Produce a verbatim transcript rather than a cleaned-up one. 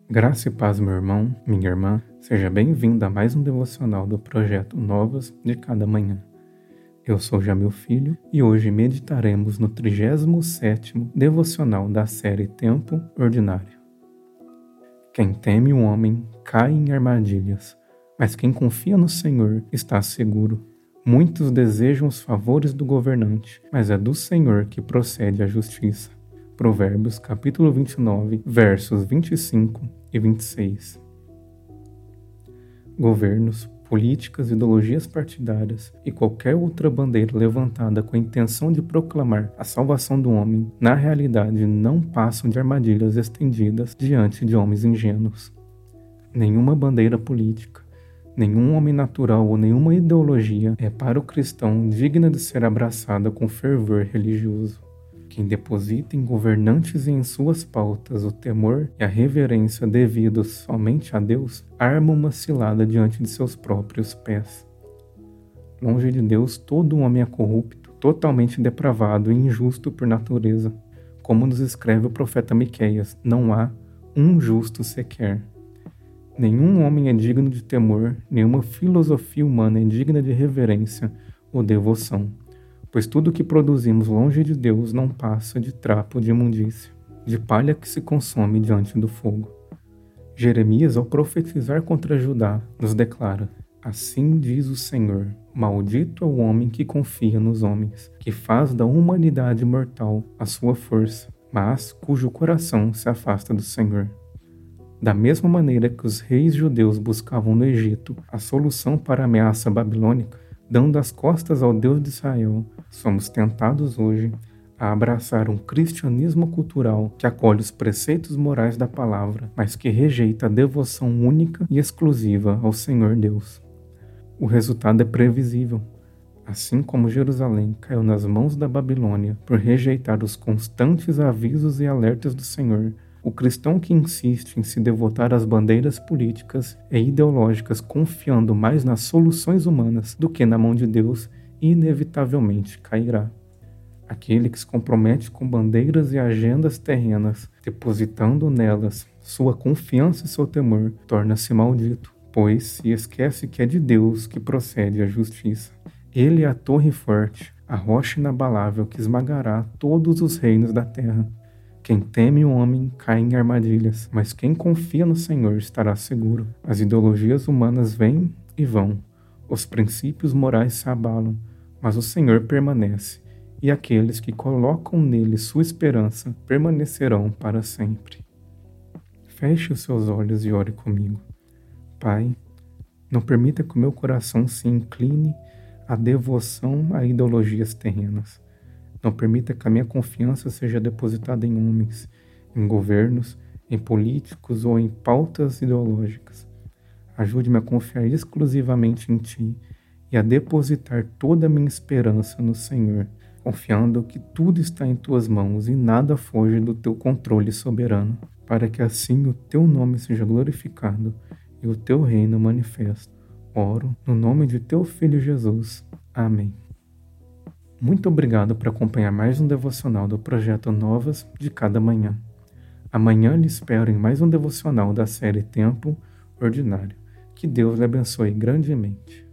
Graça e paz, meu irmão, minha irmã, seja bem-vindo a mais um devocional do projeto Novas de Cada Manhã. Eu sou Jamil Filho e hoje meditaremos no trigésimo sétimo devocional da série Tempo Ordinário. Quem teme o homem cai em armadilhas, mas quem confia no Senhor está seguro. Muitos desejam os favores do governante, mas é do Senhor que procede a justiça. Provérbios capítulo vinte e nove, versos vinte e cinco e vinte e seis. Governos, políticas, ideologias partidárias e qualquer outra bandeira levantada com a intenção de proclamar a salvação do homem, na realidade não passam de armadilhas estendidas diante de homens ingênuos. Nenhuma bandeira política, nenhum homem natural ou nenhuma ideologia é para o cristão digna de ser abraçada com fervor religioso. Quem deposita em governantes e em suas pautas o temor e a reverência devidos somente a Deus, arma uma cilada diante de seus próprios pés. Longe de Deus, todo homem é corrupto, totalmente depravado e injusto por natureza. Como nos escreve o profeta Miqueias, não há um justo sequer. Nenhum homem é digno de temor, nenhuma filosofia humana é digna de reverência ou devoção. Pois tudo o que produzimos longe de Deus não passa de trapo de imundícia, de palha que se consome diante do fogo. Jeremias, ao profetizar contra Judá, nos declara: assim diz o Senhor, maldito é o homem que confia nos homens, que faz da humanidade mortal a sua força, mas cujo coração se afasta do Senhor. Da mesma maneira que os reis judeus buscavam no Egito a solução para a ameaça babilônica, dando as costas ao Deus de Israel, somos tentados hoje a abraçar um cristianismo cultural que acolhe os preceitos morais da palavra, mas que rejeita a devoção única e exclusiva ao Senhor Deus. O resultado é previsível. Assim como Jerusalém caiu nas mãos da Babilônia por rejeitar os constantes avisos e alertas do Senhor, o cristão que insiste em se devotar às bandeiras políticas e ideológicas confiando mais nas soluções humanas do que na mão de Deus, inevitavelmente cairá. Aquele que se compromete com bandeiras e agendas terrenas, depositando nelas sua confiança e seu temor, torna-se maldito, pois se esquece que é de Deus que procede a justiça. Ele é a torre forte, a rocha inabalável que esmagará todos os reinos da terra. Quem teme o homem cai em armadilhas, mas quem confia no Senhor estará seguro. As ideologias humanas vêm e vão, os princípios morais se abalam, mas o Senhor permanece, e aqueles que colocam nele sua esperança permanecerão para sempre. Feche os seus olhos e ore comigo. Pai, não permita que o meu coração se incline à devoção a ideologias terrenas. Não permita que a minha confiança seja depositada em homens, em governos, em políticos ou em pautas ideológicas. Ajude-me a confiar exclusivamente em Ti e a depositar toda a minha esperança no Senhor, confiando que tudo está em Tuas mãos e nada foge do Teu controle soberano, para que assim o Teu nome seja glorificado e o Teu reino manifesto. Oro no nome de Teu Filho Jesus. Amém. Muito obrigado por acompanhar mais um devocional do projeto Novas de Cada Manhã. Amanhã lhe espero em mais um devocional da série Tempo Ordinário. Que Deus lhe abençoe grandemente.